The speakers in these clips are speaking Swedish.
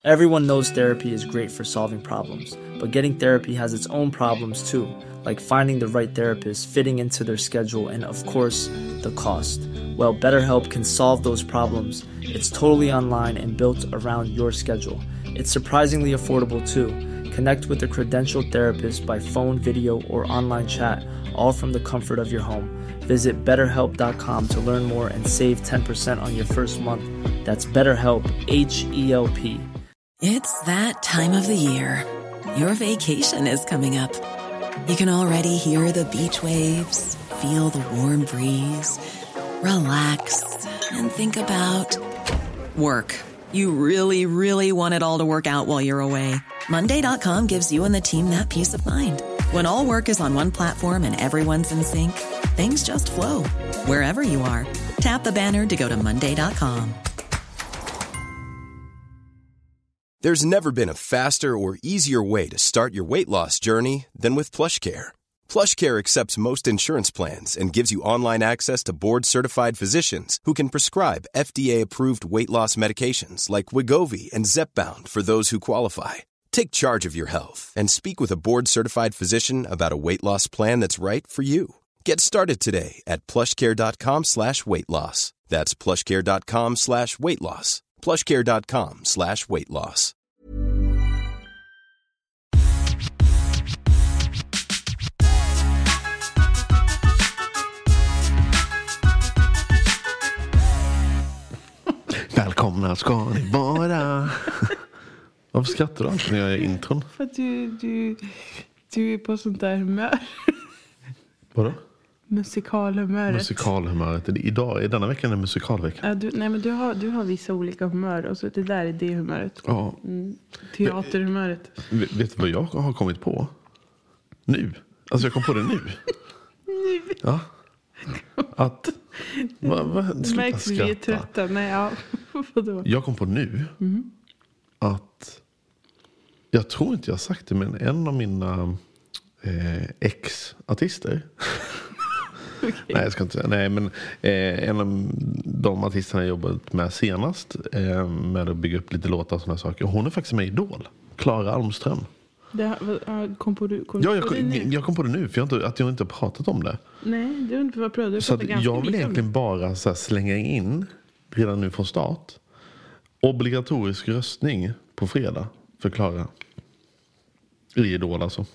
Everyone knows therapy is great for solving problems, but getting therapy has its own problems too, like finding the right therapist, fitting into their schedule, and of course, the cost. Well, BetterHelp can solve those problems. It's totally online and built around your schedule. It's surprisingly affordable too. Connect with a credentialed therapist by phone, video, or online chat, all from the comfort of your home. Visit BetterHelp.com to learn more and save 10% on your first month. That's BetterHelp, H-E-L-P. It's that time of the year. Your vacation is coming up. You can already hear the beach waves, feel the warm breeze, relax, and think about work. You really, really want it all to work out while you're away. Monday.com gives you and the team that peace of mind. When all work is on one platform and everyone's in sync, things just flow. Wherever you are, tap the banner to go to Monday.com. There's never been a faster or easier way to start your weight loss journey than with PlushCare. PlushCare accepts most insurance plans and gives you online access to board-certified physicians who can prescribe FDA-approved weight loss medications like Wegovy and Zepbound for those who qualify. Take charge of your health and speak with a board-certified physician about a weight loss plan that's right for you. Get started today at plushcare.com/weightloss. That's plushcare.com/weightloss. plushcare.com/weightloss. Välkomna ska ni vara. Varför skrattar du alltid när jag gör intron? För att du är på sånt där humör. Vadå? Musikalhumöret. Musikalhumöret. Idag är denna veckan en musikalvecka. Ja, nej, men du har vissa olika humör. Och så det där är det humöret. Ja. Teaterhumöret. Vet du vad jag har kommit på? Nu. Alltså jag kom på det nu. Ja. Att... Det märks vi är trötta. Nej, ja. Jag kom på nu att jag tror inte jag har sagt det, men en av mina ex-artister okay. Nej, jag ska inte säga. Nej, men en av de artisterna jag jobbat med senast med att bygga upp lite låtar och sådana saker. Hon är faktiskt med i Idol. Klara Almström. Kom på det jag kom på det nu för jag inte har pratat om det. Nej, det är inte vad jag så jag vill egentligen bara så här slänga in redan nu från start obligatorisk röstning på fredag för Klara i Idol alltså.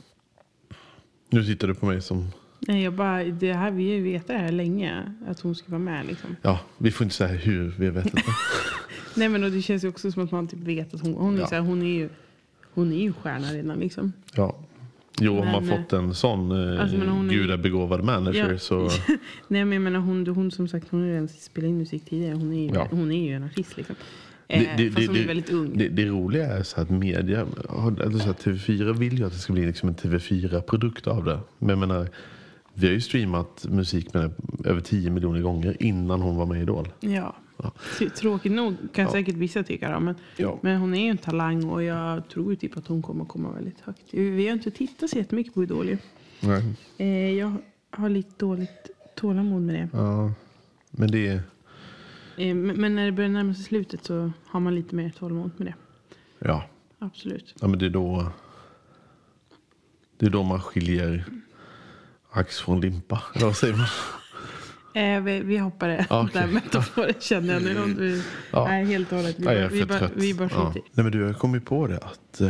Nu tittar du på mig som... Nej, det här, vi vet det här länge att hon ska vara med liksom. Ja, vi får inte säga hur vi vet det. Nej, men det känns ju också som att man typ vet att hon är så här, hon är ju stjärna redan liksom. Ja. Jo, om man fått en sån gudabegåvad manager så... Nej, men jag menar hon som sagt, hon har redan spelat in musik tidigare. Hon är ju en artist liksom. Fast hon är väldigt ung. Det roliga är så att media, eller så att TV4 vill ju att det ska bli liksom en TV4-produkt av det. Men jag menar, vi har ju streamat musik med över 10 miljoner gånger innan hon var med i Idol. Ja. Tråkigt nog kan säkert vissa tycka då, men hon är ju en talang och jag tror typ att hon kommer komma väldigt högt. Vi har inte tittat så jättemycket på Idol. Nej. Jag har lite dåligt tålamod med det. Ja, men det är... Men när det börjar närma sig slutet så har man lite mer tålamod med det. Ja. Absolut. Ja, men det är då man skiljer ax från limpa. Eller vad säger man? Vi hoppar det. Okay. Där metaforen känner jag nu. Om du är helt och hållet. Vi bara skiter. Nej, men du har kommit på det att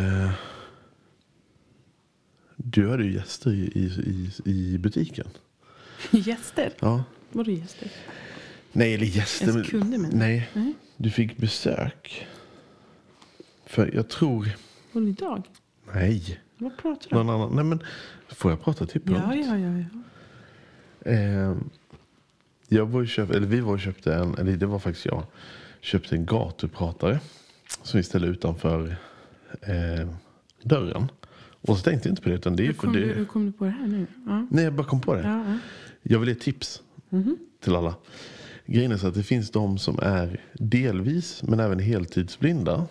du hade ju gäster i butiken. Gäster? Ja. Vadå gäster? Nej, eller gäster. Kunder, nej, du fick besök. För jag tror... Var det idag? Nej. Vad pratar du om? Någon annan. Nej, men får jag prata typ Ja. Vi var och köpte det var faktiskt jag. Köpte en gatupratare som vi ställde utanför dörren. Och så tänkte jag inte på det, utan det är för det. Hur kom du på det här nu? Ja. Nej, jag bara kom på det. Ja. Jag vill ge tips till alla. Grejen är så att det finns de som är delvis men även heltidsblinda.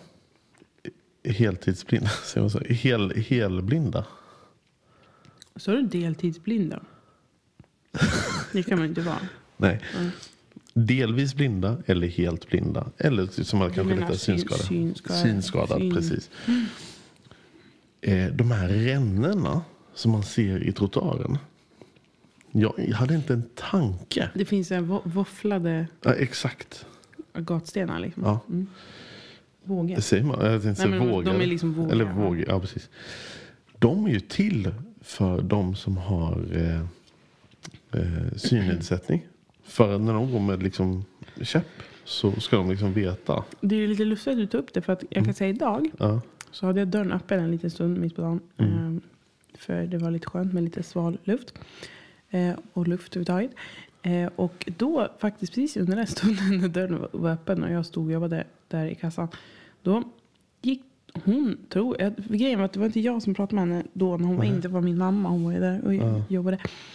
Säger man så? Helblinda. Så är du deltidsblinda? Det kan man inte vara. Nej. delvis blinda eller helt blinda. Eller som man kanske lite synskadad. Precis. De här rännorna som man ser i trottoaren. Jag hade inte en tanke. Det finns en våfflade... Ja, exakt. Gatstenar liksom. Ja. Vågor. Det säger man. Jag tänkte säga vågor. De är liksom vågor. Eller vågor, ja precis. De är ju till för de som har synnedsättning. För när de går med liksom käpp så ska de liksom veta. Det är ju lite lustigt att du tar upp det. För att jag kan säga idag så hade jag dörren öppen en liten stund mitt på dagen. För det var lite skönt med lite sval luft. Och luft överhuvudtaget. Och då faktiskt precis under den stunden när dörren var öppen och jag stod och jobbade där i kassan. Då gick hon, grejen var att det var inte jag som pratade med henne då när hon var inte, var min mamma, hon var ju där och jobbade.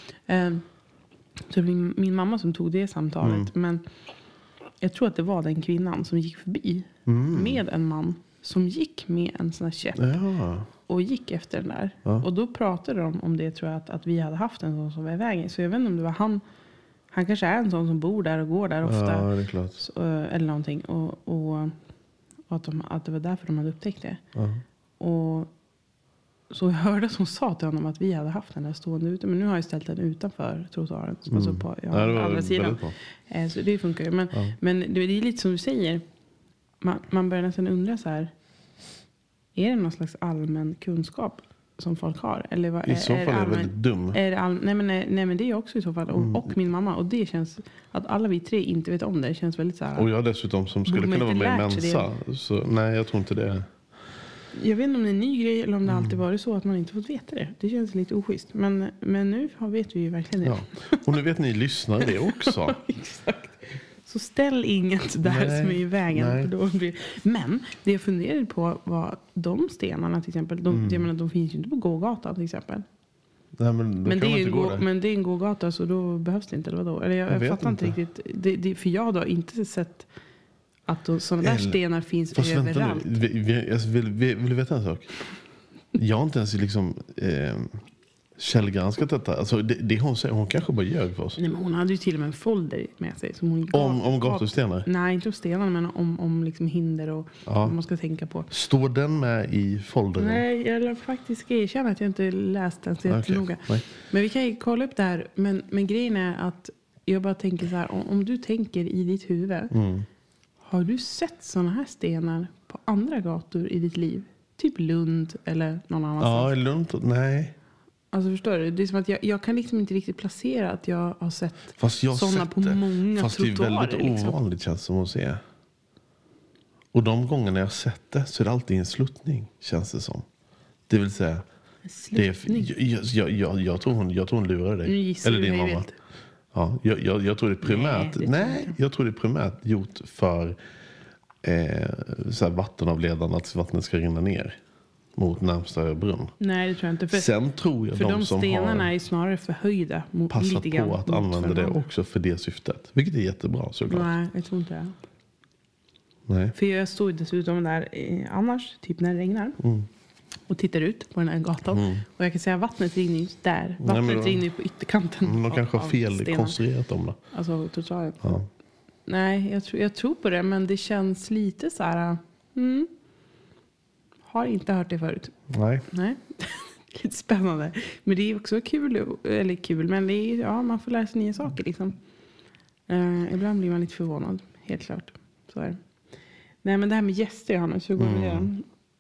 Så det var min mamma som tog det samtalet. Men jag tror att det var den kvinnan som gick förbi med en man som gick med en sån här käpp. Och gick efter den där. Och då pratade de om det, tror jag, att vi hade haft en sån som var i vägen. Så jag vet inte om det var han. Han kanske är en sån som bor där och går där ofta. Ja, det är klart. Så, eller någonting. Och att det var därför de hade upptäckt det. Och så jag hörde som sa till honom att vi hade haft den där stående ute. Men nu har jag ställt den utanför trottoaren. Alltså på andra sidan. Så det funkar ju. Men det är lite som du säger. Man börjar nästan undra så här. Är det någon slags allmän kunskap som folk har? Eller vad, i så fall är det väldigt dum. Nej, men det är också i så fall. Och min mamma. Och det känns att alla vi tre inte vet om det. Det känns väldigt så här. Och jag dessutom som skulle kunna vara med i Mensa. Så nej, jag tror inte det. Jag vet inte om det är en ny grej eller om det alltid varit så att man inte fått veta det. Det känns lite oschysst. Men nu vet vi ju verkligen det. Ja. Och nu vet ni lyssnare det också. Exakt. Så ställ inget där som är i vägen. Men det jag funderade på var de stenarna till exempel. De finns ju inte på gågatan till exempel. Nej, men det är en gågata så då behövs det inte. Eller vadå? Eller jag fattar inte riktigt. För jag har då inte sett att sådana där stenar finns överallt. Vill du veta en sak? Jag har inte ens liksom... källgranskat detta. Alltså det hon säger, hon kanske bara ljög för oss. Nej, men hon hade ju till och med en folder med sig som hon om gatustenar. Nej, inte om stenar, men om liksom hinder och vad man ska tänka på. Står den med i foldern? Nej, jag faktiskt erkänna att jag inte läst den så jättenoga. Men vi kan ju kolla upp det här. Men grejen är att jag bara tänker så här, om du tänker i ditt huvud, har du sett såna här stenar på andra gator i ditt liv? Typ Lund eller någon annanstans? Ja, Lund, nej. Alltså förstår du? Det är som att jag kan liksom inte riktigt placera att jag har sett sådana på många trottoarer. Fast det är väldigt ovanligt känns som att se. Och de gångerna jag har sett det så är det alltid en sluttning, känns det som. Det vill säga, jag tror hon lurar dig. Eller din mamma. Vet. Ja, jag tror det är primärt. Jag tror det är primärt gjort för så här vattenavledande, att vattnet ska rinna ner mot närmsta brunn. Nej, det tror jag inte. Sen tror jag för de som stenarna har är snarare förhöjda mot passat lite på att använda det också för det syftet. Vilket är jättebra såklart. Nej, jag tror inte det. Nej. För jag stod dessutom där annars, typ när det regnar. Och tittar ut på den här gatan. Och jag kan säga att vattnet rinner ju där. Vattnet rinner ju på ytterkanten. De kanske har fel konstruerat dem då. Alltså totalt. Ja. Nej, jag tror på det. Men det känns lite så här... Har inte hört det förut. Nej. Lite spännande. Men det är också kul. Eller kul, men det är, man får lära sig nya saker liksom. Ibland blir man lite förvånad. Helt klart. Så är det. Nej, men det här med gäster, Johannes, hur går det med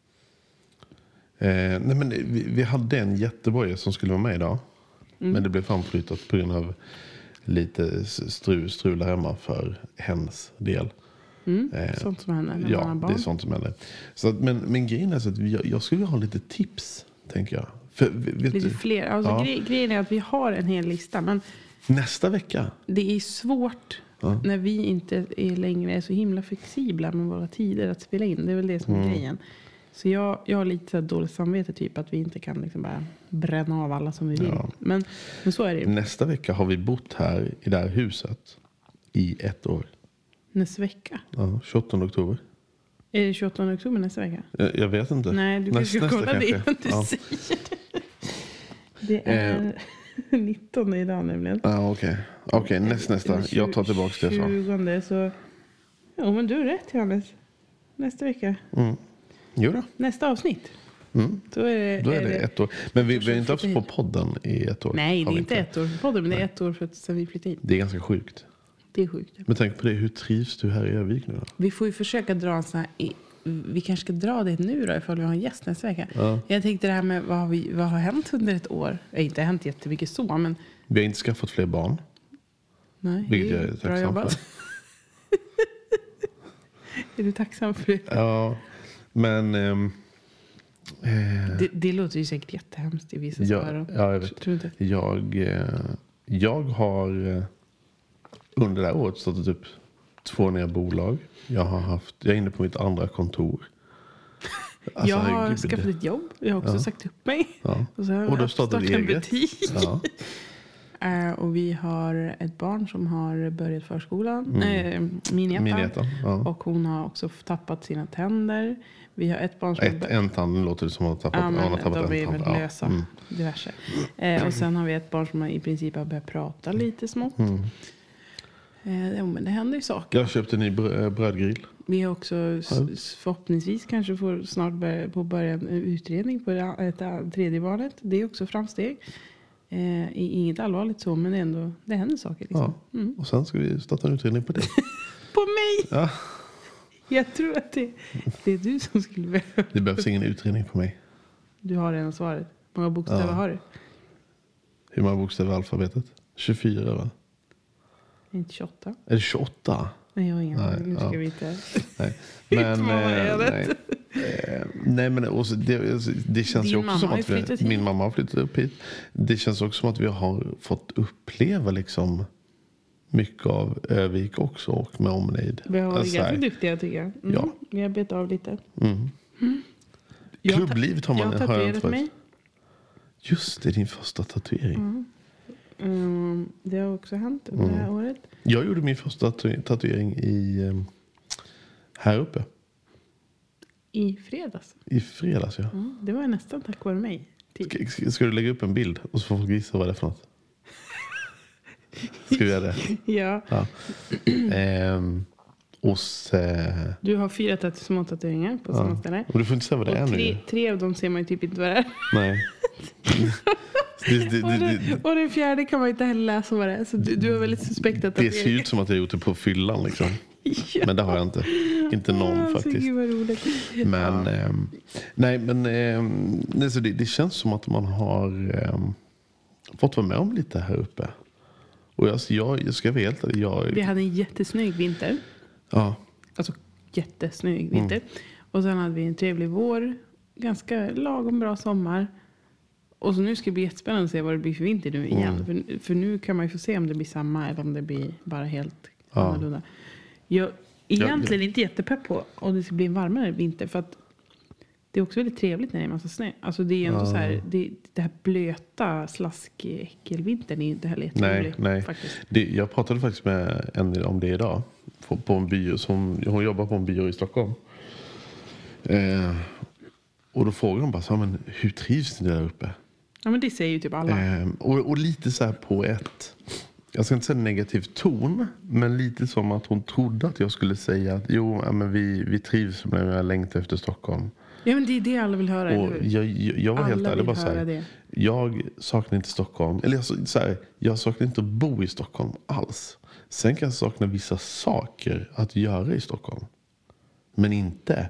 det? Nej, men vi hade en jättebra gäst som skulle vara med idag. Men det blev framflyttat på grund av lite strul hemma för hens del. Sånt som händer. Ja, det är sånt som händer. Så att, men grejen är så att jag skulle ha lite tips, tänker jag. För, lite fler. Alltså, grejen är att vi har en hel lista. Men nästa vecka. Det är svårt när vi inte är längre så himla flexibla med våra tider att spela in. Det är väl det som är grejen. Så jag har lite så dåligt samvete typ att vi inte kan liksom bara bränna av alla som vi vill. Ja. Men så är det ju. Nästa vecka har vi bott här i det här huset i 1 år. Nästa vecka? Ja, 28 oktober. Är det 28 oktober nästa vecka? Jag vet inte. Nej, du kanske ska kolla det. Du säger det. Det är 19 idag nämligen. Okej, nästa. Jag tar tillbaka det. 20 så... Ja, men du är rätt, Johannes. Nästa vecka. Jo då. Nästa avsnitt. Då är det 1 år. Men vi har inte haft på podden i 1 år. Nej, det är inte 1 år på podden, men det är 1 år för att sen vi flyttade hit. Det är ganska sjukt. Det är sjukt. Men tänk på det, hur trivs du här i Övik nu då? Vi får ju försöka dra en sån här... Vi kanske ska dra det nu då ifall vi har en gäst nästa vecka. Ja. Jag tänkte det här med vad har hänt under ett år? Det har inte hänt jättemycket så, men... Vi har inte skaffat fler barn. Nej, vilket jag är bra tacksam jobbat. för. Är du tacksam för det? Ja, men... Det låter ju säkert jättehemskt i vissa svar. Ja, jag vet. Tror inte. Jag har under det här året startat upp 2 nya bolag. Jag är inne på mitt andra kontor. Alltså, jag har skaffat ett jobb. Jag har också sagt upp mig. Ja. Och så har och då startade en butik. Ja. Och vi har ett barn som har börjat förskolan. Mineta. Ja. Och hon har också tappat sina tänder. Vi har ett barn som en tand låter det som att hon har tappat de en tand. De är väl lösa. Diverse. Och sen har vi ett barn som i princip har börjat prata lite smått. Men det händer ju saker. Jag köpte en ny brödgrill. Vi har också förhoppningsvis kanske får snart börja en utredning på ett tredje barnet. Det är också framsteg. Inget allvarligt så, men det händer saker. Liksom. Ja. Och sen ska vi starta en utredning på det. På mig? Ja. Jag tror att det är du som skulle behöva. Det behövs ingen utredning på mig. Du har redan svaret. Hur många bokstäver har du? Hur många bokstäver är alfabetet? 24 va? Inte 28. Är det 28? Nej, jag har ingen aning. Nu ska vi inte... Nej. Men, nej, men också, det känns ju också som att min mamma har flyttat upp hit. Det känns också som att vi har fått uppleva liksom mycket av Övik också och med omnejd. Vi har varit ganska duktiga tycker jag. Ja. Vi har bett av lite. Klubblivet har man jag tatuerat mig. Just det, din första tatuering. Det har också hänt under det här året. Jag gjorde min första tatuering här uppe. I fredags? I fredags, ja. Det var nästan tack vare mig. Ska du lägga upp en bild och så får folk gissa vad det är för något? Ska vi göra det? Ja. Du har 4 små tatueringar på samma ställe. Och du får inte säga vad det är nu. 3 av dem ser man ju typ inte vad det är. Nej. Och den 4:e kan man inte heller läsa vad det är. Så du har väldigt suspektat. Det ser ut som att jag gjort det på fyllan liksom. Ja. Men det har jag inte. Inte någon faktiskt. Gud vad roligt. Men så det känns som att man har fått vara med om lite här uppe. Och jag ska veta Vi hade en jättesnygg vinter. Ja. Alltså jättesnygg vinter. Och sen hade vi en trevlig vår. Ganska lagom bra sommar. Och så nu ska det bli jättespännande att se vad det blir för vinter nu igen. För nu kan man ju få se om det blir samma eller om det blir bara helt annorlunda. Jag är egentligen inte jättepepp på om det ska bli en varmare vinter. För att det är också väldigt trevligt när det är massa snö. Alltså det är ändå så här, det här blöta slaskäckelvintern är inte heller jätteroligt. Nej. Faktiskt. Jag pratade faktiskt med en om det idag. På en bio hon jobbar på en bio i Stockholm. Och då frågar de bara men hur trivs ni där uppe? Ja, men det säger ju typ alla. Och lite så här på ett, jag ska inte säga negativ ton, men lite som att hon trodde att jag skulle säga att men vi trivs när jag längtar efter Stockholm. Ja, men det är det alla vill höra. Och jag var alla helt ärlig bara så här, det. jag saknar inte Stockholm. Eller jag saknar inte att bo i Stockholm alls. Sen kan jag sakna vissa saker att göra i Stockholm. Men inte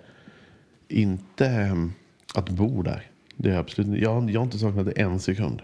att bo där. Det är absolut, jag har inte saknat det en sekund.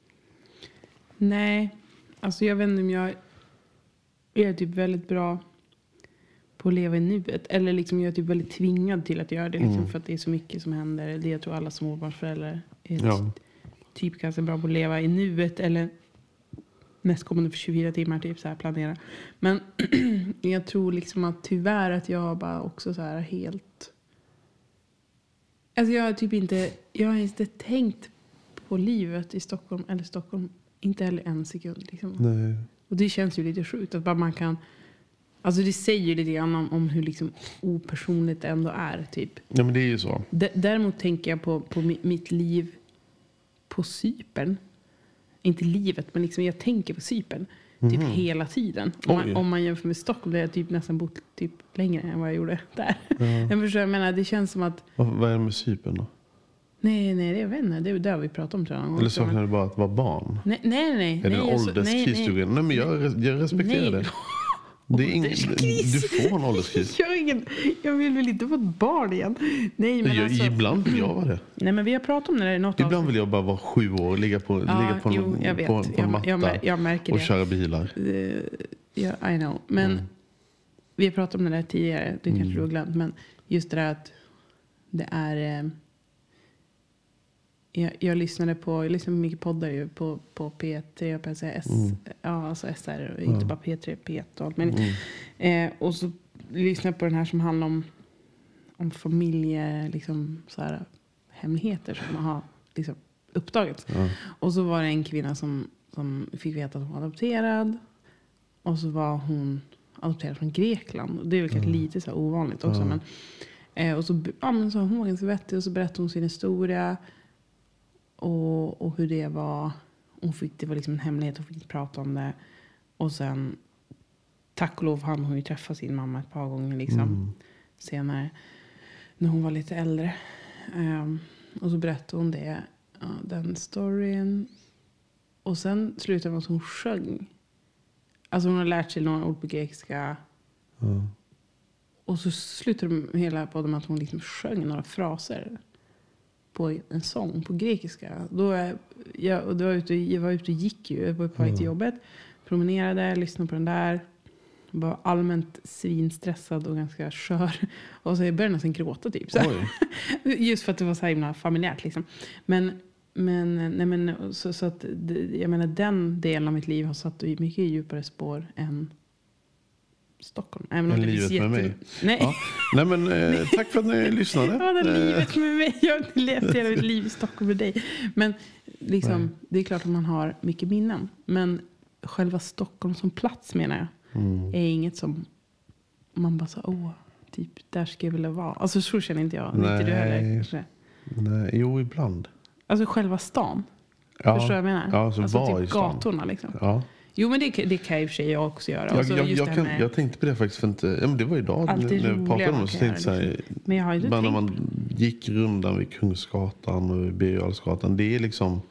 Nej, alltså jag vet inte om jag är typ väldigt bra på att leva i nuet. Eller liksom jag är typ väldigt tvingad till att göra det. Liksom, för att det är så mycket som händer. Det jag tror alla småbarnsföräldrar är typ ganska bra på att leva i nuet. Eller nästkommande för 24 timmar typ så här planera. Men jag tror liksom att tyvärr att jag bara också så här helt... Alltså jag har inte tänkt på livet i Stockholm. Eller Stockholm, inte heller en sekund liksom. Nej. Och det känns ju lite sjukt att bara man kan... Alltså det säger ju lite grann om hur liksom opersonligt det ändå är typ. Ja, men det är ju så. Däremot tänker jag på mitt liv på Cypern. inte livet, men liksom jag tänker på Cypern typ hela tiden. Om man jämför med Stockholm, där jag typ nästan bott typ längre än vad jag gjorde där. Jag menar, det känns som att... Vad är det med Cypern då? Nej, det är vänner. Det är där vi pratar om, tror jag. Eller saknar du bara att vara barn? Nej. Är det en ålderskris? Nej, men jag respekterar det. Det är du får en ålderskris. Jag vill väl inte få ett barn igen. Nej, men alltså, ibland vill jag vara det. Nej, men vi har pratat om det där något. Ibland vill jag bara vara 7 år och ligga på en matta jag märker och det. köra bilar. I know. Men vi har pratat om det där tidigare. Det kanske du har glömt. Men just det där att det är... Jag lyssnade på mycket poddar ju på P3 och PCS. Ja, alltså SR och inte bara P3, P1 men och så lyssnade jag på den här som handlar om familje liksom så här hemligheter som man har liksom uppdagats. Och så var det en kvinna som fick veta att hon var adopterad, och så var hon adopterad från Grekland, och det är väl kanske lite så här ovanligt också, men och så så hon var ganska vettig, och så berättade hon sin historia. Och hur det var. Det var liksom en hemlighet. Hon fick inte prata om det. Och sen, tack och lov, hon ju träffa sin mamma ett par gånger liksom. Senare. När hon var lite äldre. Och så berättade hon det. Den storyn. Och sen slutade med att hon sjöng. Alltså hon har lärt sig några ord på grekiska. Och så slutade hela podden med att hon liksom sjöng några fraser på en sång på grekiska. Jag var ute och gick ju. Jag var på väg till jobbet. Promenerade, lyssnade på den där. Var allmänt svinstressad och ganska skör. Och så började jag nästan gråta typ. Så. Just för att det var så himla familjärt liksom. Så att jag menar, den delen av mitt liv har satt i mycket djupare spår än Stockholm. Även om livet med mig. Nej. Ja. Nej, men tack för att ni lyssnade. Ja, det livet med mig. Jag har inte levt hela mitt liv i Stockholm med dig. Men liksom, det är klart att man har mycket minnen. Men själva Stockholm som plats, menar jag, är inget som man bara så, typ, där ska jag vilja vara. Alltså så känner inte jag. Nej. Inte du heller kanske. Nej, jo, ibland. Alltså själva stan. Ja. Förstår jag menar? Ja, alltså var typ gatorna liksom. Ja. Jo, men det kan jag i och för sig jag också göra. Jag tänkte på det faktiskt för inte... Ja, men det var idag när jag pratade om det. Så tänkte så här, men jag har inte tänkt... när man gick rundan vid Kungsgatan och Birger Jarlsgatan. Det är liksom...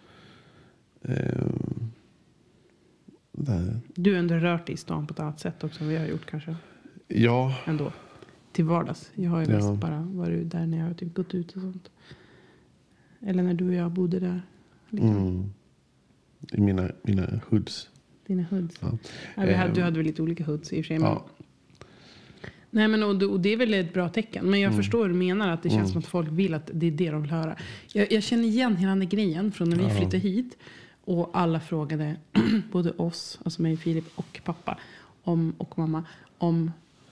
Du har ändå rört dig i stan på ett annat sätt också än vi har gjort kanske. Ja. Ändå. Till vardags. Jag har ju mest bara varit där när jag har typ gått ut och sånt. Eller när du och jag bodde där. Liksom. I mina hoods. Dina hoods. Ja. Du hade väl lite olika hoods i och för sig. Men... Nej, men och det är väl ett bra tecken. Men jag förstår hur du menar, att det känns som att folk vill att det är det de vill höra. Jag känner igen hela den grejen från när vi flyttade hit. Och alla frågade både oss, alltså mig, Filip och pappa och mamma, om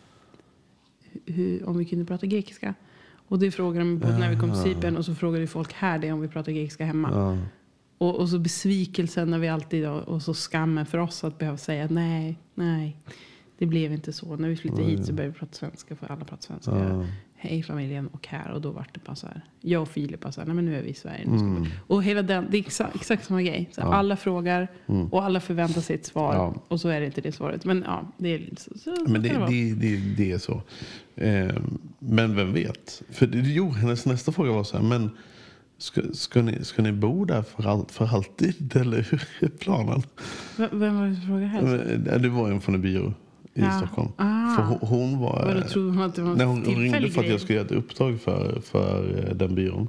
vi kunde prata grekiska. Och det frågade de både när vi kom till Cypern, och så frågade folk här det om vi pratar grekiska hemma. Och så besvikelsen när vi alltid, och så skammen för oss att behöva säga nej, det blev inte så. När vi flyttade hit så började vi prata svenska, för alla pratar svenska. Hej familjen och här. Och då var det bara så här. Jag och Filip bara så här, nej men nu är vi i Sverige. Och hela den, det är exakt samma grej. Så alla frågar och alla förväntar sig ett svar. Ja. Och så är det inte det svaret. Men ja, det är så. Men det är så. Men vem vet? För hennes nästa fråga var så här, men ska ni bo där för alltid? Eller hur är planen? Vem var det som frågade här? Det var en från en byrå i Stockholm. För hon var... Vad tror hon att det var en hon ringde för att jag skulle göra ett uppdrag för den byrån.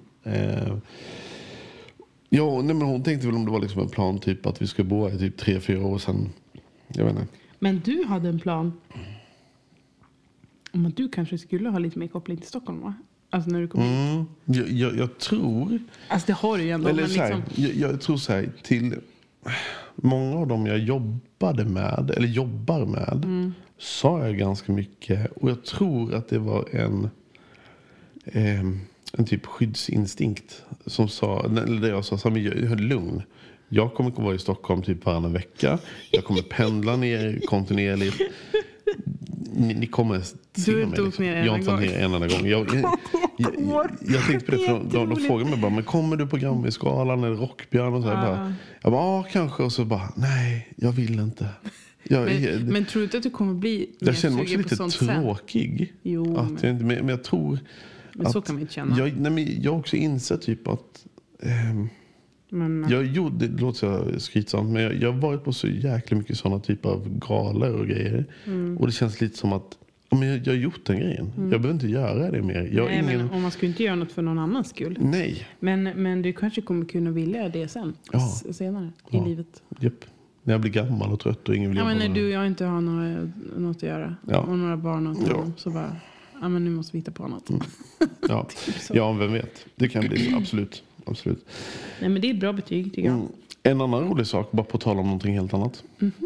Men hon tänkte väl om det var liksom en plan typ att vi skulle bo i typ 3-4 år sedan. Jag vet inte. Men du hade en plan om att du kanske skulle ha lite mer koppling till Stockholm, va? Alltså när du kom hit. Jag tror... Alltså det har du ju ändå. Eller men liksom... jag tror så här, till många av dem jag jobbar med sa jag ganska mycket. Och jag tror att det var en typ skyddsinstinkt som sa, eller det jag sa, lugn. Jag kommer att vara i Stockholm typ varannan vecka. Jag kommer pendla ner kontinuerligt. Ni kommer se mig. Du är inte åkt ner jag har inte varit ner en enda gång. Jag tänkte på det, för de frågade mig bara, men kommer du på Grammisgalan eller Rockbjörn och så här, jag bara, kanske, och så bara, nej, jag vill inte. Men tror du inte att du kommer bli jag känner mig också lite tråkig. Jo, att men jag tror men att så kan man inte känna. Jag har också insett typ att det låter så skrytsamt, men jag har varit på så jäkla mycket sådana typer av galor och grejer. Och det känns lite som att jag har gjort den grejen. Jag behöver inte göra det mer. Men om man skulle inte göra något för någon annans skull. Nej. Men du kanske kommer kunna vilja det senare i livet. Japp. När jag blir gammal och trött och ingen vill jobba. Men när du och jag inte har något att göra. Och några barn att ta så bara, men nu måste vi hitta på annat. Ja, vem vet. Det kan bli så, absolut. Nej, men det är ett bra betyg tycker jag. En annan rolig sak, bara på tal om någonting helt annat.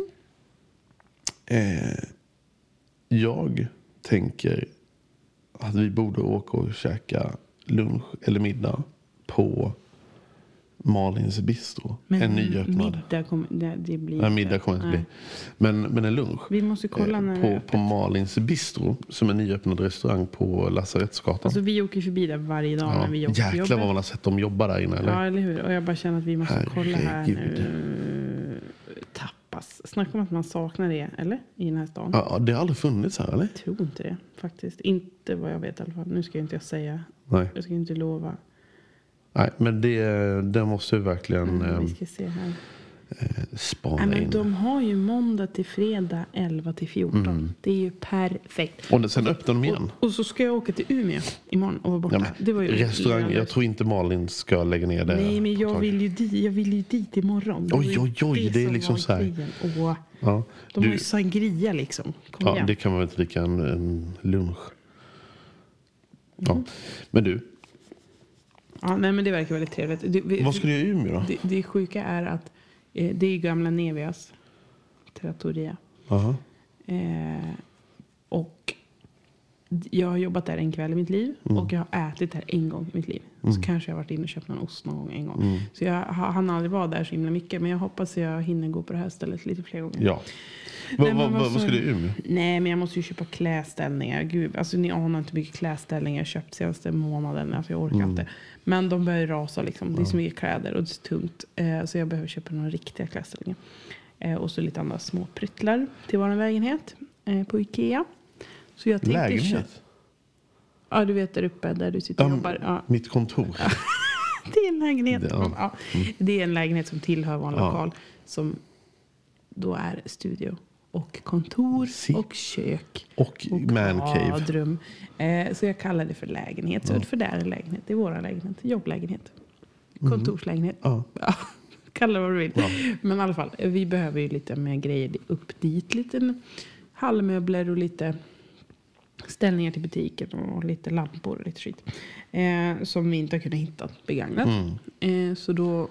Jag tänker att vi borde åka och käka lunch eller middag på Malins Bistro. Men en nyöppnad. Middag kommer det blir middag kommer inte bli. Men en lunch. Vi måste kolla när på Malins Bistro, som är nyöppnad restaurang på Lasarettsgatan. Alltså vi åker förbi där varje dag när vi jobbar. Jäklar vad man har sett dem jobba där inne, eller? Ja, eller hur? Och jag bara känner att vi måste kolla här nu. Tappas. Snacka om att man saknar det, eller? I den här stan. Ja, det har aldrig funnits här, eller? Jag tror inte det, faktiskt. Inte vad jag vet i alla fall. Nu ska jag inte säga. Nej. Jag ska inte lova. Nej, men det måste vi verkligen vi ska se här. Spana in. De har ju måndag till fredag 11 till 14. Det är ju perfekt. Och sen öppnar de igen. Och så ska jag åka till Umeå imorgon och vara borta. Det var ju restaurang, jag tror inte Malin ska lägga ner det. Nej, men jag vill ju dit imorgon. Oj, det är liksom så här. De har ju sangria liksom. Kom igen. Det kan man väl inte dricka en lunch. Ja. Men du. Ja, nej, men det verkar väldigt trevligt. Vad ska du göra i Umeå då? Det sjuka är att det är gamla Nevias trattoria. Och jag har jobbat där en kväll i mitt liv. Och jag har ätit där en gång i mitt liv. Och så kanske jag har varit inne och köpt någon ost någon gång en gång. Så jag hann aldrig vara där så himla mycket. Men jag hoppas jag hinner gå på det här stället lite fler gånger. Ja. Vad ska du i Umeå? Nej, men jag måste ju köpa klädställningar. Gud, alltså ni anar inte mycket klädställningar jag köpt senaste månaden. Alltså jag orkar inte. Men de börjar rasa liksom. Det är så mycket kläder och det är så tungt. Så jag behöver köpa några riktiga klädställningar. Och så lite andra små pryttlar till vår lägenhet på Ikea. Så jag tänkte lägenhet? Ja, du vet där uppe där du sitter och jobbar. Ja. Mitt kontor. Det är en lägenhet. Det är en lägenhet som tillhör vår lokal. Som då är studio. Och kontor och kök. Och mancave. Så jag kallar det för lägenhet. Så för det är en lägenhet. Det är vår lägenhet. Jobblägenhet. Kontorslägenhet. Ja. Kalla det vad du vill. Men i alla fall, vi behöver ju lite mer grejer upp dit. Lite hallmöbler och lite ställningar till butiken och lite lampor och lite skit. Som vi inte har kunnat hitta begagnat. Så då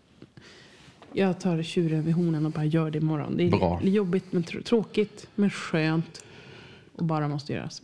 jag tar tjuren vid hornen och bara gör det imorgon. Det är jobbigt men tråkigt men skönt och bara måste göras.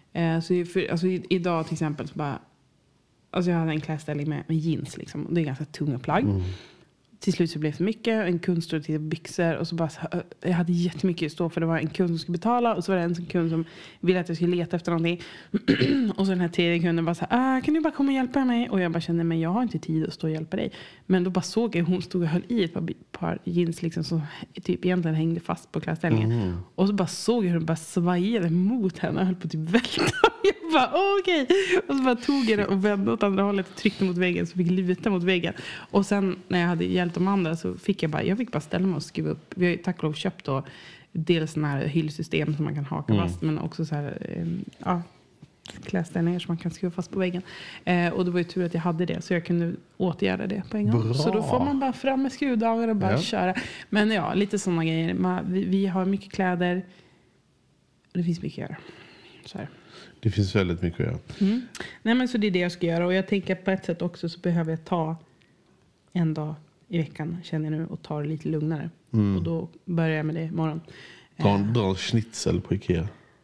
Så idag till exempel så bara alltså jag hade en klädställning med jeans liksom. Och det är ganska tunga plagg. Till slut så blev det för mycket. En kund stod till byxor. Och så bara, jag hade jättemycket att stå för. Det var en kund som skulle betala. Och så var det en kund som ville att jag skulle leta efter någonting. Och så den här tredje kunden bara så här, kan du bara komma och hjälpa mig? Och jag bara kände, men jag har inte tid att stå och hjälpa dig. Men då bara såg jag, hon stod och höll i ett par jeans liksom, som typ egentligen hängde fast på klädställningen. Och så bara såg jag hur hon bara svajade mot henne och höll på typ välta. Jag bara, okej. Och så bara tog jag det och vände åt andra hållet och tryckte mot väggen. Så fick luta mot väggen. Och sen när jag hade hjälpt de andra så fick jag fick bara ställa mig och skriva upp. Vi har ju tack och lov köpt då dels sådana här hyllsystem som man kan haka fast. Men också så här, klädställningar som man kan skruva fast på väggen. Och det var ju tur att jag hade det. Så jag kunde åtgärda det på en gång. Bra. Så då får man bara fram med skruvdragare och bara köra. Men ja, lite sådana grejer. Vi har mycket kläder. Och det finns mycket att göra. Så här. Det finns väldigt mycket att göra. Nej, men så det är det jag ska göra. Och jag tänker på ett sätt också så behöver jag ta en dag i veckan, känner jag nu, och ta det lite lugnare. Och då börjar jag med det imorgon. Dra en schnitzel på Ikea.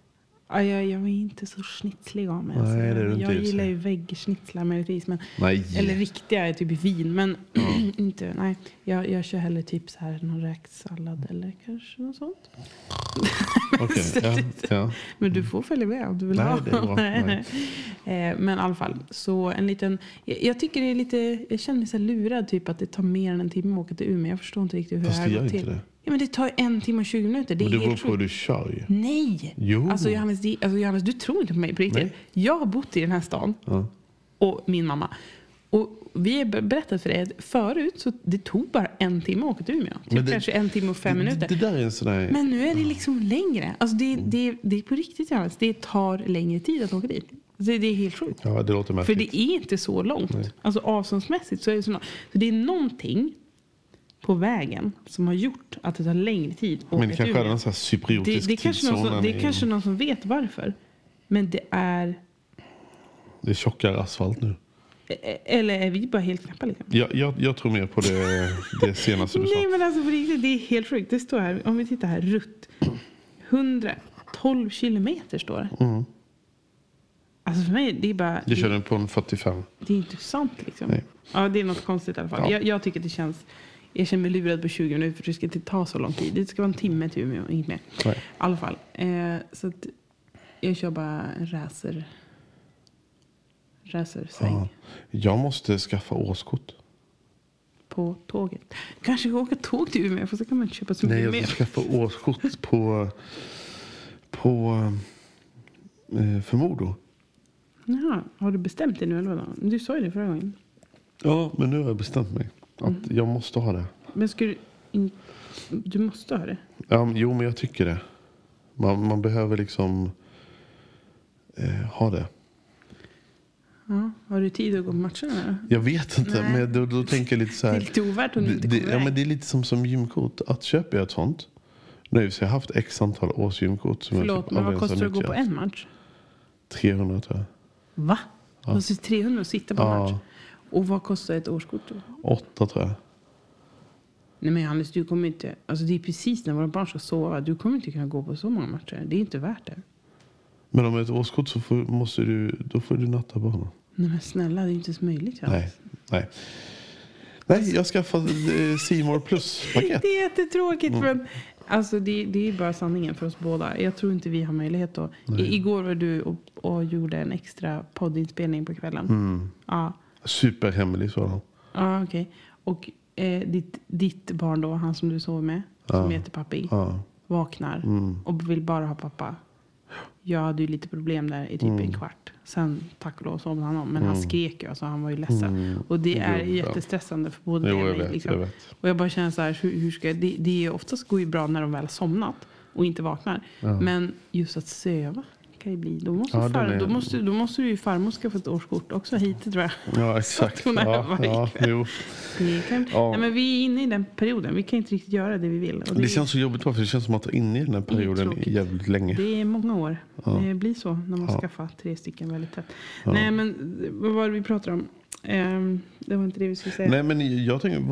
Jag är inte så schnitzlig av mig. Nej, det är du inte. Jag gillar ju väggschnitzlar möjligtvis. Men, nej. Eller riktiga, typ i vin. Men inte, nej. Jag kör hellre typ så här någon räksallad eller kanske något sånt. Okej, ja. Men du får följa med om du vill ha. Det är bra. Nej. Men i alla fall, så en liten... Jag tycker det är lite... Jag känner mig så lurad typ att det tar mer än en timme att åka till Umeå. Jag förstår inte riktigt hur Fast det här går till. Det. Ja, men det tar 1 timme och 20 minuter. Det beror på hur du kör ju. Nej! Jo. Alltså Johannes, du tror inte på mig på riktigt. Nej. Jag har bott i den här stan. Ja. Och min mamma. Och vi har berättat för dig att förut så det tog bara 1 timme att åka till Umeå. Typ kanske 1 timme och 5 minuter. Det där är en sån där... Men nu är det liksom längre. Alltså det är på riktigt, Johannes. Det tar längre tid att åka dit. Det är helt sjukt. Ja, det låter märkligt. För det är inte så långt. Nej. Alltså avståndsmässigt så är det så långt. Så det är någonting på vägen som har gjort att det tar längre tid att åka men det kanske är till en sån här cypriotisk tidszon. Det är kanske någon som vet varför. Men det är... Det är tjockare asfalt nu. Eller är vi bara helt knäppa liksom? Jag tror mer på det senaste du sa. Nej, men alltså på riktigt, det är helt sjukt. Det står här, om vi tittar här, rutt. 112 kilometer står det. Mm. Alltså för mig, det är bara... Jag körde på en 45. Det är inte sant liksom. Nej. Ja, det är något konstigt i alla fall. Ja. Jag tycker att det känns... Jag känner mig lurad på 20 minuter för det ska inte ta så lång tid. Det ska vara 1 timme till Umeå, inget mer. Nej. I alla fall. Så att jag kör bara en racersväng. Ja. Jag måste skaffa årskort. På tåget. Kanske åka tåg till Umeå för så kan man inte köpa så mycket mer. mer. Jag ska skaffa årskort på Förmodo. Jaha, har du bestämt det nu eller vad? Du sa ju det förra gången. Ja, men nu har jag bestämt mig att jag måste ha det. Men du måste ha det? Ja, jo, men jag tycker det. Man behöver liksom ha det. Ja, har du tid att gå på matcherna då? Jag vet inte, Nej. men då tänker jag lite så här. Det är lite ovärt om du inte kommer men det är lite som gymkort. Att köpa ett sånt. Nu har jag haft x antal års gymkort. Som förlåt, men vad kostar det att gå på en match? 300 tror jag. Va? Ja. Kostar 300 att sitta på en match? Och vad kostar ett årskort då? 8 tror jag. Nej men Hannes, du kommer inte... Alltså det är precis när våra barn ska sova. Du kommer inte kunna gå på så många matcher. Det är inte värt det. Men om ett årskort så då får du natta barnen. Nej men snälla, det är inte så möjligt. Nej, jag skaffade C More Plus-paket. Det är jättetråkigt, men... Alltså det är bara sanningen för oss båda. Jag tror inte vi har möjlighet att... Igår var du och gjorde en extra poddinspelning på kvällen. Ja. Superhemlig sådan. Ja, okej. Och ditt barn då, han som du sover med, som heter Pappi, vaknar och vill bara ha pappa. Jag hade ju lite problem där i typ en kvart. Sen tack och lov somnade han om. Men han skrek ju, alltså han var ju ledsen. Och det är jättestressande för både det och mig. Liksom. Och jag bara känner så här, hur ska jag... Det är oftast går ju bra när de väl har somnat och inte vaknar. Ja. Men just att söva kan ju bli... Då måste du ju farmor skaffa ett årskort också hit, tror jag. Ja, exakt. Nej, men vi är inne i den perioden. Vi kan inte riktigt göra det vi vill. Och det känns så jobbigt, för det känns som att vara inne i den här perioden jävligt länge. Det är många år. Ja. Det blir så när man skaffar 3 stycken väldigt tätt. Ja. Nej, men vad var det vi pratar om? Det var inte det vi skulle säga. Nej, men jag tänker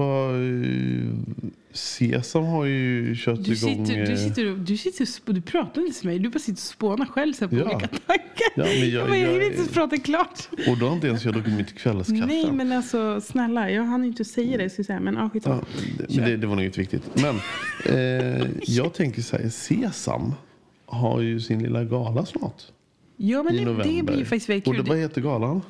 Sesam har ju kört igång... Du pratar inte med mig. Du bara sitter och spånar själv på olika tankar. Ja, men jag vill inte prata klart. Och då har inte ens jag druckit mitt kvällskaffe. Nej, men alltså snälla. Jag hann inte säga det. Så säga, men det var nog inte viktigt. Men jag tänker så här. Sesam har ju sin lilla gala snart. Ja, men det blir faktiskt väldigt kul. Och vad heter galan?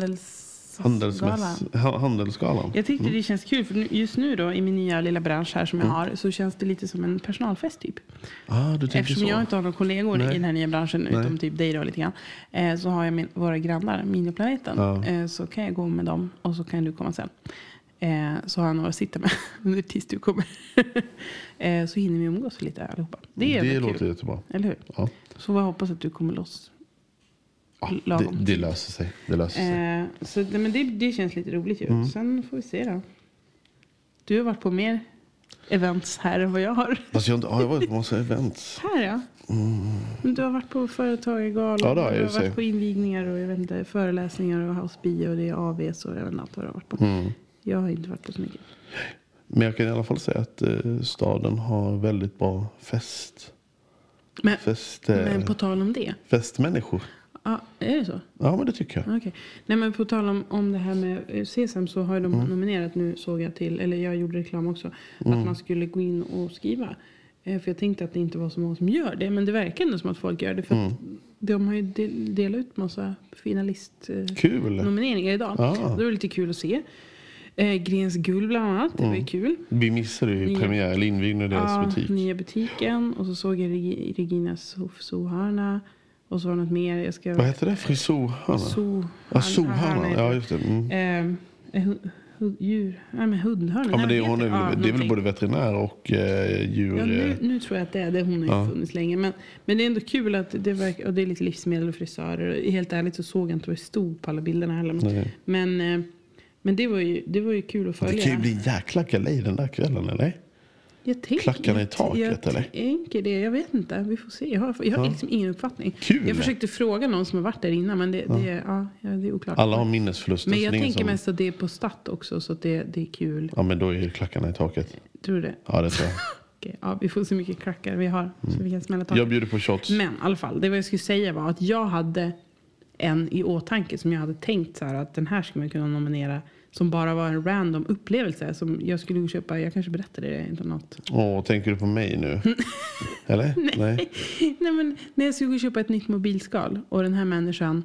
Handelsgalan. Jag tyckte det känns kul, för just nu då i min nya lilla bransch här som jag har, så känns det lite som en personalfest typ. Eftersom jag inte har några kollegor i den här nya branschen utom typ dig då lite grann, så har jag våra grannar, Miniplaneten, så kan jag gå med dem och så kan du komma sen. Så har jag några att sitta med under tills du kommer. Så hinner vi umgås lite allihopa. Det låter jättebra. Eller hur? Ja. Så jag hoppas att du kommer loss. Det löser sig. Så, men det känns lite roligt ju. Sen får vi se då. Du har varit på mer events här än vad jag har. Alltså jag har varit på massa events. Här ja. Men du har varit på företagargalor. Ja, du har varit på invigningar och jag vet inte, föreläsningar och house bio och det är AVs och jag vet inte vad du har varit på. Jag har inte varit på så mycket. Men jag kan i alla fall säga att staden har väldigt bra fest. Men på tal om det. Festmänniskor. Ja, är det så? Ja, men det tycker jag. Okay. Nej, men på tal om det här med Sesam så har de nominerat nu, såg jag till, eller jag gjorde reklam också, att man skulle gå in och skriva. För jag tänkte att det inte var så många som gör det, men det verkar ändå som att folk gör det. För att de har ju delat ut massa finalistnomineringar idag. Det var lite kul att se. Grens guld bland annat, det var ju kul. Vi missade ju premiär eller invigning i deras butik. Nya butiken. Och så såg jag Reginas Sohana. Och så var det något mer. Vad heter det? Frisohana? Sohana. Ja, just det. Hundhörna. Ja, men det är väl både veterinär och djur. Ja, nu tror jag att det är det. Hon har ju funnits länge. Men det är ändå kul att det verkar, och det är lite livsmedel och frisörer. Helt ärligt så såg jag inte vad det stod på alla bilderna heller. Men det var ju kul att följa. Det kan ju bli jäkla galej den där kvällen, eller? Klackarna i taket, eller? Jag tänker det. Jag vet inte. Vi får se. Jag har liksom ingen uppfattning. Kul. Jag försökte fråga någon som har varit där innan. Men det är oklart. Alla har minnesförluster. Men jag tänker mest att det är på Statt också. Så att det är kul. Ja, men då är det klackarna i taket. Tror du det? Ja, det tror jag. Okej, ja, vi får se mycket klackar vi har. Så vi kan smälla taket. Jag bjuder på shots. Men i alla fall. Det vad jag skulle säga var att jag hade en i åtanke. Som jag hade tänkt så här. Att den här skulle man kunna nominera. Som bara var en random upplevelse. Som jag skulle gå köpa. Jag kanske berättade det inte något. Tänker du på mig nu? Eller? Nej. Nej, men när jag skulle gå köpa ett nytt mobilskal. Och den här människan.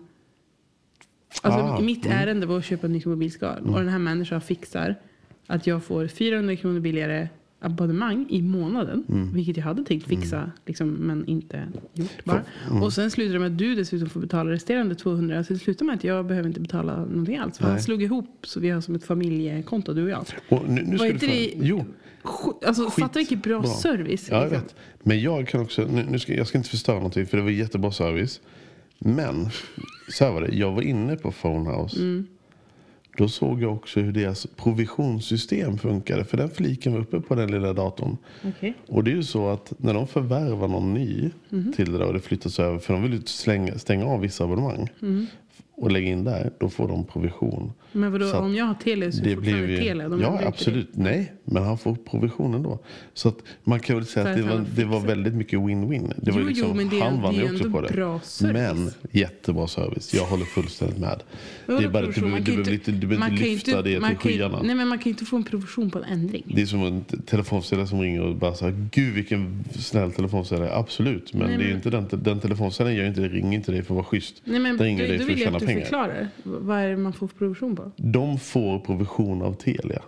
Alltså mitt ärende var att köpa ett nytt mobilskal. Och den här människan fixar. Att jag får 400 kronor billigare abonnemang i månaden. Vilket jag hade tänkt fixa. Liksom, men inte gjort bara. Och sen slutar det med att du dessutom får betala resterande 200. Så det slutar med att jag behöver inte betala någonting alls. För han slog ihop så vi har som ett familjekonto, du och jag. Och nu ska du Jo. Alltså fattar vilken bra service. Ja, jag vet. Men jag kan också, jag ska inte förstöra någonting för det var jättebra service. Men så här var det, jag var inne på Phonehouse. Då såg jag också hur deras provisionssystem funkade. För den fliken var uppe på den lilla datorn. Okay. Och det är ju så att när de förvärvar någon ny till det där och det flyttas över. För de vill ju stänga av vissa abonnemang. Och lägga in där, då får de provision. Men vadå, om jag har tele så får du tele? Ja, absolut. Det. Nej, men han får provisionen då. Så att man kan väl säga att det var väldigt mycket win-win. Det var liksom, men han vann ju också på det. Bra service. Men jättebra service. Jag håller fullständigt med. Det är bara att du behöver inte lyfta det till skyarna. Nej, men man kan ju inte få en provision på en ändring. Det är som en telefonsäljare som ringer och bara säger gud vilken snäll telefonsäljare. Absolut, men det är ju inte den telefonsäljaren ringer inte dig för att vara schysst. Nej, men den ringer dig för att tjäna pengar. Förklarar. Vad är det man får provision på? De får provision av Telia.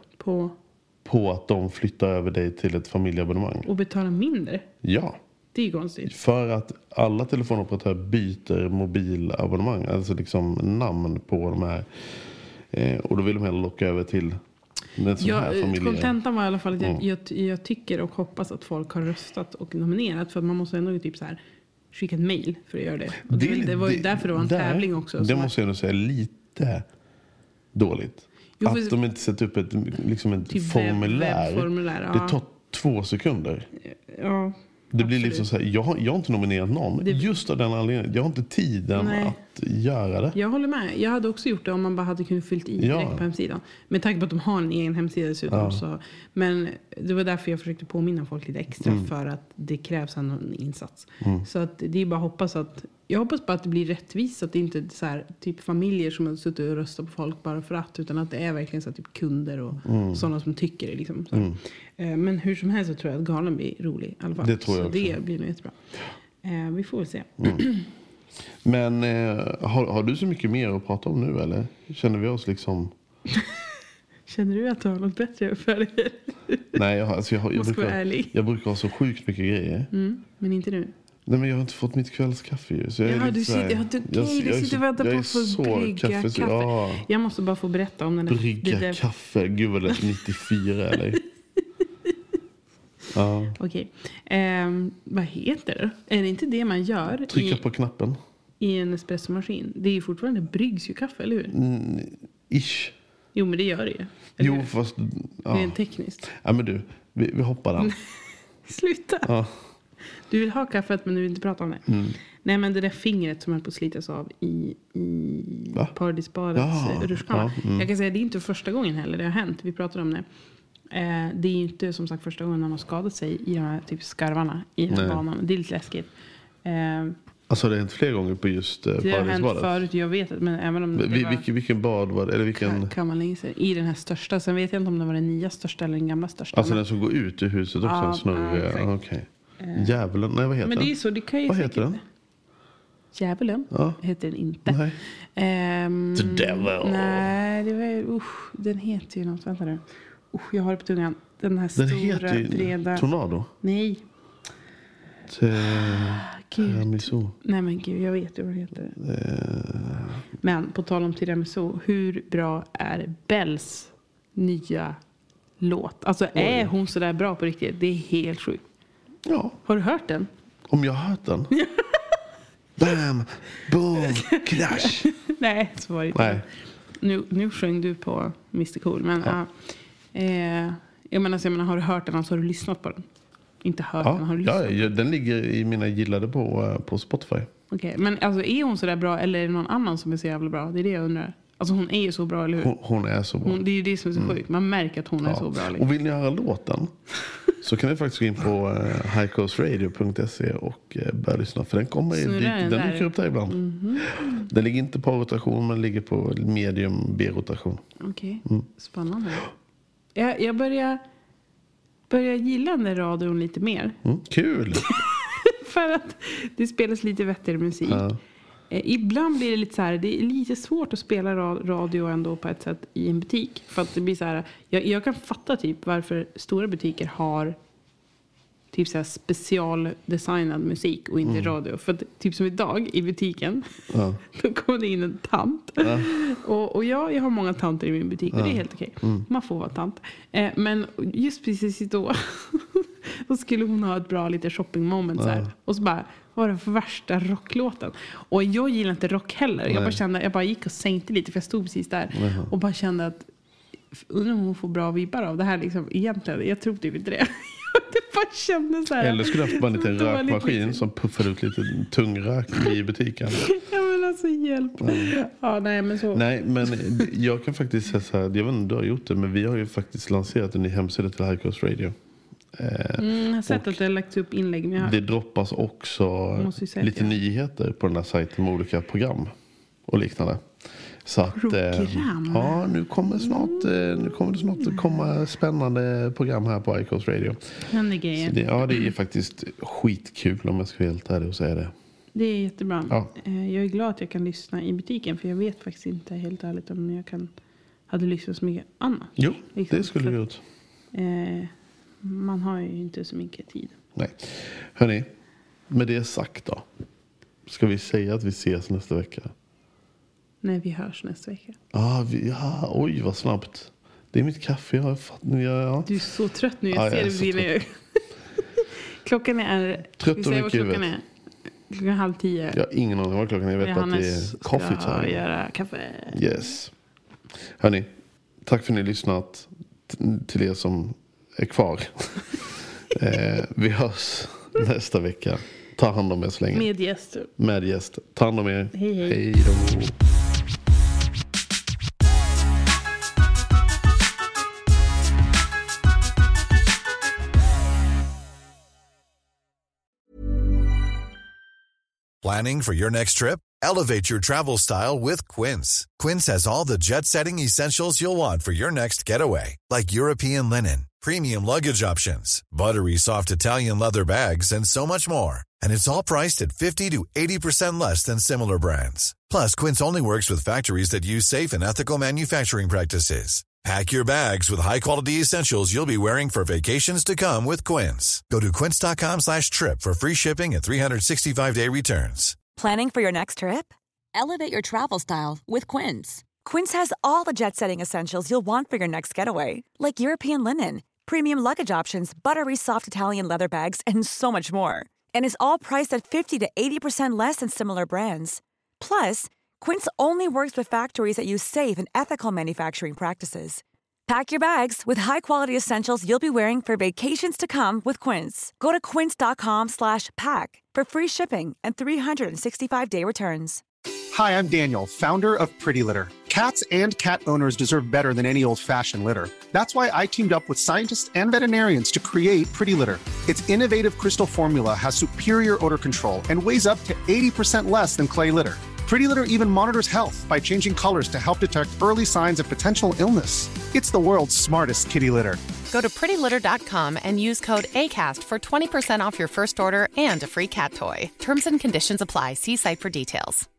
På att de flyttar över dig till ett familjeabonnemang. Och betalar mindre? Ja. Det är konstigt. För att alla telefonoperatörer byter mobilabonnemang. Alltså liksom namn på de här. Och då vill de hellre locka över till den sån här familj. Kontentan var i alla fall att jag tycker och hoppas att folk har röstat och nominerat. För att man måste ändå typ så här skicka ett mejl för att göra det. Och det var ju därför det var en tävling också. Det måste jag nog säga lite dåligt. Jo, att de inte sätter upp ett typ formulär. Det tar 2 sekunder. Ja. Det blir liksom så här, jag har inte nominerat någon. Just av den anledningen. Jag har inte tiden att göra det. Jag håller med. Jag hade också gjort det om man bara hade kunnat fyllt i direkt på hemsidan. Med tanke på att de har en egen hemsida dessutom. Så, men det var därför jag försökte påminna folk lite extra. För att det krävs en insats. Så att det är bara jag hoppas bara att det blir rättvist. Att det inte är så här, typ familjer som har suttit och röstat på folk bara för att. Utan att det är verkligen så här, typ kunder och sådana som tycker det. Liksom, så. Men hur som helst så tror jag att galan blir rolig i alla fall. Det tror jag så också. Det blir nog jättebra. Vi får väl se. Men har du så mycket mer att prata om nu eller? Känner vi oss liksom... Känner du att du har något bättre för dig? Nej, jag brukar ha så sjukt mycket grejer. Men inte nu. Nej, men jag har inte fått mitt kvällskaffe ju. Så du sitter och väntar på att få brygga kaffe. Ja. Jag måste bara få berätta om den där. Brygga kaffe. Gud vad det är 94 eller? Ja. Okej. Vad heter det? Är det inte det man gör? Trycka på knappen. I en espressomaskin. Det är ju fortfarande bryggs ju kaffe, eller hur? Ish. Jo, men det gör det ju. Jo, fast... Ja. Det är tekniskt. Ja, men du. Vi hoppar den. Sluta. Ja. Du vill ha kaffet men du vill inte prata om det. Nej, men det där fingret som höll på att slitas av i Paradisbarets rutschkana. Jag kan säga att det är inte första gången heller det har hänt. Vi pratade om det. Det är ju inte som sagt första gången han har skadat sig i de här typ skarvarna i den här banan. Det är lite läskigt. Alltså det har hänt fler gånger på just det har hänt förut, jag vet det. Men även om vilken bad var det? Eller vilken... kan man lägga sig i den här största. Sen vet jag inte om det var den nya största eller den gamla största. Alltså den som går ut ur huset också. En snurr. Okej. Djävulen, nej vad heter den? Men det är så, det kan ju vad heter den? Djävulen heter den inte. Nej. The Devil. Nej, det var den heter ju något. Vänta nu. Jag har det på tungan. Den här stora, heter ju breda... Tornado. Nej. Tiramisu. Nej men gud, jag vet ju vad det heter. Men på tal om tiramisu, hur bra är Bells nya låt? Alltså är hon så där bra på riktigt? Det är helt sjukt. Ja. Har du hört den? Om jag har hört den? Bam, boom, crash. Nej, så var det inte. Nu sjöng du på Mr. Cool. Men jag menar, har du hört den så har du lyssnat på den? Inte hört den, har du lyssnat? Ja, den ligger i mina gillade på Spotify. Okej, men alltså är hon så där bra eller är det någon annan som är så jävla bra? Det är det jag undrar. Alltså hon är ju så bra, eller hur? Hon är så bra. Det är ju det som är så sjukt. Man märker att hon är så bra. Liksom. Och vill ni höra låten så kan ni faktiskt gå in på highcoastradio.se och börja lyssna. För den kommer den dyker upp där ibland. Mm-hmm. Den ligger inte på rotation, men ligger på medium B-rotation. Okej, spännande. Jag börjar gilla den där radion lite mer. Kul! För att det spelas lite vettigare musik. Ja. Ibland blir det lite så här, det är lite svårt att spela radio ändå på ett sätt i en butik. För att det blir så här, jag kan fatta typ varför stora butiker har typ så här specialdesignad musik och inte radio. För att typ som idag i butiken, då kommer det in en tant. Ja. Och jag har många tanter i min butik och det är helt okej. Man får vara tant. Men just precis då skulle hon ha ett bra lite shopping moment så här. Och så bara, vad var det för värsta rocklåten? Och jag gillar inte rock heller. Jag bara gick och sänkte lite för jag stod precis där. Och bara kände att undrar om hon får bra vibbar av det här liksom. Egentligen, jag tror typ inte det. Det bara kändes så här. Eller skulle haft bara en liten rökmaskin som puffade ut lite tung rök i butiken. Ja men alltså hjälp. Ja, nej men så. Nej men jag kan faktiskt säga så här, jag vet inte om du har gjort det, men vi har ju faktiskt lanserat en ny hemsida till High Coast Radio. Jag har sett att det har lagt upp inlägg. Men det droppas också lite nyheter på den här sajten med olika program och liknande. Så att, nu kommer det snart komma spännande program här på iCoast Radio. Det är faktiskt skitkul om jag ska vara helt ärlig och säga det. Det är jättebra. Ja. Jag är glad att jag kan lyssna i butiken för jag vet faktiskt inte helt ärligt om jag hade lyssnat så mycket annat. Jo, liksom. Det skulle du gjort. Man har ju inte så mycket tid. Nej. Hörrni, med det sagt då. Ska vi säga att vi ses nästa vecka? Nej, vi hörs nästa vecka. Oj, vad snabbt. Det är mitt kaffe. Jag Du är så trött nu. Jag ser det vid dig. Klockan är... Trött och mycket i huvudet. Klockan 9:30. Jag har ingen aning vad klockan är. Jag vet att det är coffee time. Ska göra kaffe. Yes. Hörrni, tack för att ni har lyssnat. Till er som är kvar. Vi hörs nästa vecka. Ta hand om er så länge. Med gäster. Ta hand om er. Hej då. Planning for your next trip? Elevate your travel style with Quince. Quince has all the jet-setting essentials you'll want for your next getaway, like European linen, premium luggage options, buttery soft Italian leather bags, and so much more. And it's all priced at 50 to 80% less than similar brands. Plus, Quince only works with factories that use safe and ethical manufacturing practices. Pack your bags with high-quality essentials you'll be wearing for vacations to come with Quince. Go to quince.com/trip for free shipping and 365-day returns. Planning for your next trip? Elevate your travel style with Quince. Quince has all the jet-setting essentials you'll want for your next getaway, like European linen, premium luggage options, buttery soft Italian leather bags, and so much more. And is all priced at 50 to 80% less than similar brands. Plus, Quince only works with factories that use safe and ethical manufacturing practices. Pack your bags with high-quality essentials you'll be wearing for vacations to come with Quince. Go to quince.com/pack for free shipping and 365-day returns. Hi, I'm Daniel, founder of Pretty Litter. Cats and cat owners deserve better than any old-fashioned litter. That's why I teamed up with scientists and veterinarians to create Pretty Litter. Its innovative crystal formula has superior odor control and weighs up to 80% less than clay litter. Pretty Litter even monitors health by changing colors to help detect early signs of potential illness. It's the world's smartest kitty litter. Go to prettylitter.com and use code ACAST for 20% off your first order and a free cat toy. Terms and conditions apply. See site for details.